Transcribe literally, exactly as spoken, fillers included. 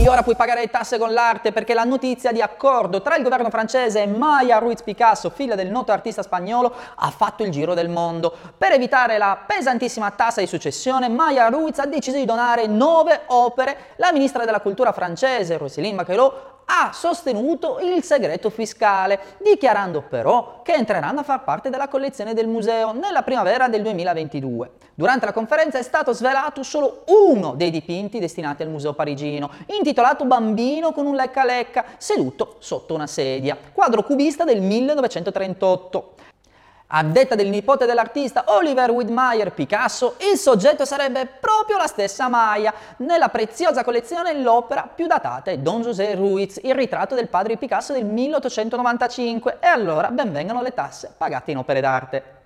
E ora puoi pagare le tasse con l'arte, perché la notizia di accordo tra il governo francese e Maya Ruiz Picasso, figlia del noto artista spagnolo, ha fatto il giro del mondo. Per evitare la pesantissima tassa di successione, Maya Ruiz ha deciso di donare nove opere. La ministra della cultura francese, Roselyne Bachelot, ha sostenuto il segreto fiscale, dichiarando però che entreranno a far parte della collezione del museo nella primavera del duemilaventidue. Durante la conferenza è stato svelato solo uno dei dipinti destinati al museo parigino, intitolato Bambino con un lecca lecca seduto sotto una sedia, quadro cubista del millenovecentotrentotto. A detta del nipote dell'artista Oliver Widmeyer Picasso, il soggetto sarebbe proprio la stessa Maya. Nella preziosa collezione l'opera più datata è Don José Ruiz, il ritratto del padre di Picasso del milleottocentonovantacinque, e allora ben vengano le tasse pagate in opere d'arte.